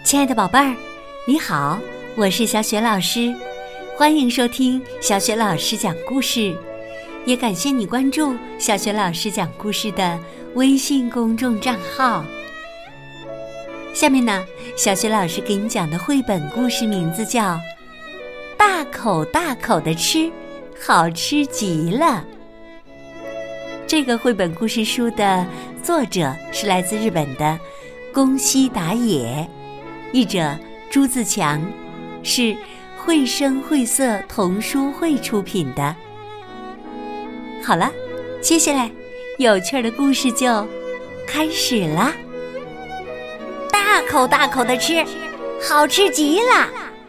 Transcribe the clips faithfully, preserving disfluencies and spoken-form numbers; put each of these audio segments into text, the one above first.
亲爱的宝贝儿，你好，我是小雪老师，欢迎收听小雪老师讲故事，也感谢你关注小雪老师讲故事的微信公众账号。下面呢，小雪老师给你讲的绘本故事名字叫《大口大口的吃，好吃极了》。这个绘本故事书的作者是来自日本的宫西达也，译者朱自强，是绘声绘色童书会出品的。好了，接下来有趣的故事就开始啦！大口大口的吃，好吃极了。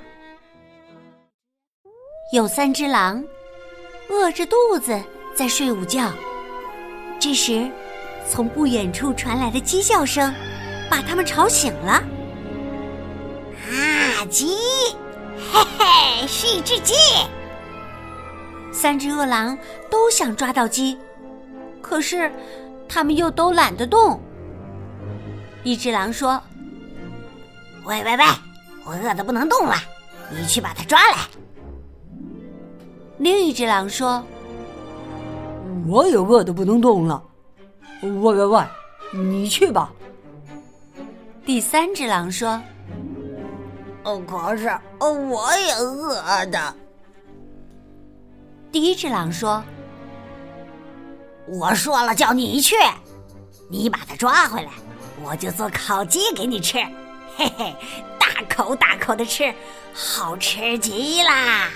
有三只狼，饿着肚子在睡午觉。这时，从不远处传来的鸡叫声，把它们吵醒了。 啊，鸡，嘿嘿，是一只鸡。 三只饿狼都想抓到鸡，可是它们又都懒得动。一只狼说：“ 喂喂喂，我饿得不能动了，你去把它抓来。” 另一只狼说：“ 我也饿得不能动了，喂喂喂，你去吧。” 第三只狼说：“ 哦，可是我也饿的。” 第一只狼说：“ 我说了叫你去，你把它抓回来，我就做烤鸡给你吃，嘿嘿，大口大口的吃，好吃极啦。”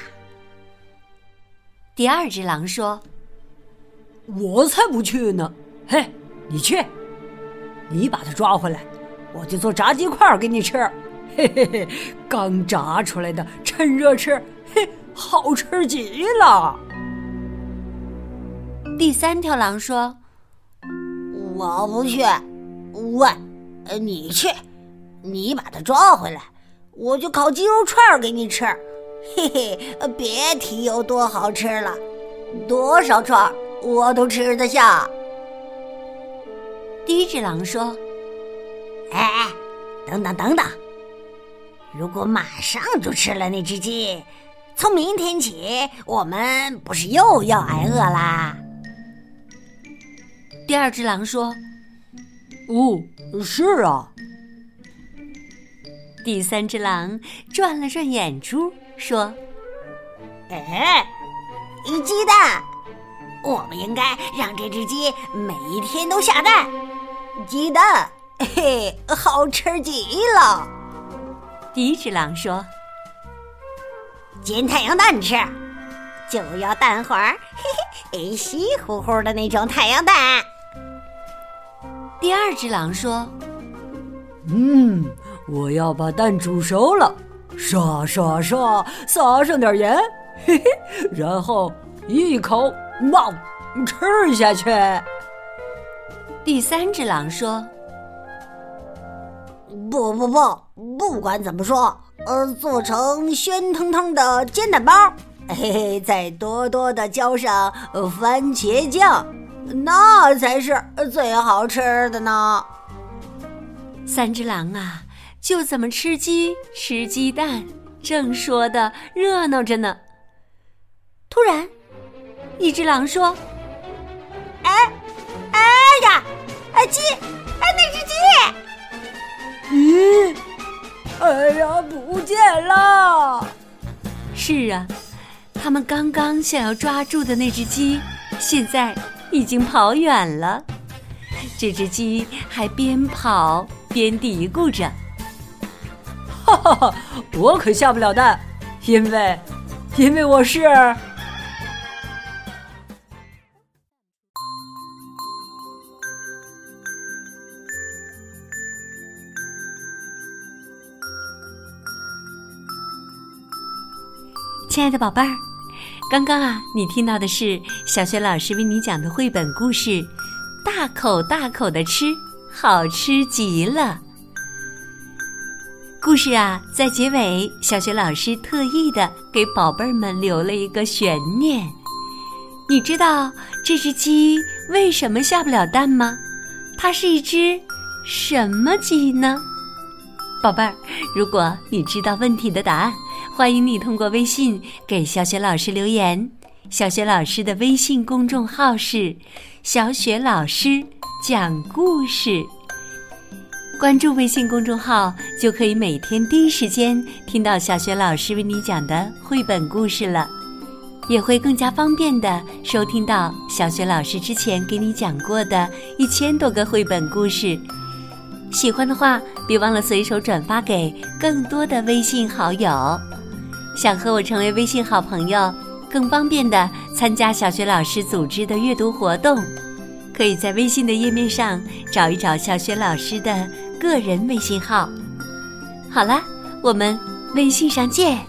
第二只狼说：“ 我才不去呢，嘿，你去，你把它抓回来，我就做炸鸡块给你吃，嘿嘿嘿，刚炸出来的，趁热吃，嘿，好吃极了。” 第三条狼说：“ 我不去，喂，你去，你把它抓回来，我就烤鸡肉串给你吃，嘿嘿，别提有多好吃了，多少串我都吃得下。” 第一只狼说：“ 哎，等等等等，如果马上就吃了那只鸡，从明天起我们不是又要挨饿啦？” 第二只狼说：“ 哦，是啊。” 第三只狼转了转眼珠说：“ 哎，鸡蛋，我们应该让这只鸡每一天都下蛋，鸡蛋，嘿，好吃极了。” 第一只狼说：“ 煎太阳蛋吃，就要蛋黄，嘿嘿，稀乎乎的那种太阳蛋。” 第二只狼说：“ 嗯，我要把蛋煮熟了，刷刷刷，撒上点盐，嘿嘿，然后一口冒吃下去。” 第三只狼说：“ 不不不，不管怎么说，呃，做成鲜腾腾的煎蛋包，嘿嘿，再多多的浇上番茄酱，那才是最好吃的呢。” 三只狼啊，就怎么吃鸡吃鸡蛋，正说的热闹着呢。突然，一只狼说：“ 哎，哎呀，哎鸡，哎那只鸡！” 咦，哎呀，不见了！ 是啊，他们刚刚想要抓住的那只鸡，现在已经跑远了。这只鸡还边跑边嘀咕着：“ 哈哈哈，我可下不了蛋，因为，因为我是……” 亲爱的宝贝儿，刚刚啊，你听到的是小雪老师为你讲的绘本故事《大口大口的吃，好吃极了》。故事啊，在结尾，小雪老师特意的给宝贝儿们留了一个悬念。你知道这只鸡为什么下不了蛋吗？它是一只什么鸡呢？ 宝贝儿，如果你知道问题的答案，欢迎你通过微信给小雪老师留言。小雪老师的微信公众号是小雪老师讲故事，关注微信公众号就可以每天第一时间听到小雪老师为你讲的绘本故事了，也会更加方便地收听到小雪老师之前给你讲过的一千多个绘本故事。喜欢的话，别忘了随手转发给更多的微信好友。想和我成为微信好朋友，更方便地参加小雪老师组织的阅读活动，可以在微信的页面上找一找小雪老师的个人微信号。好了，我们微信上见。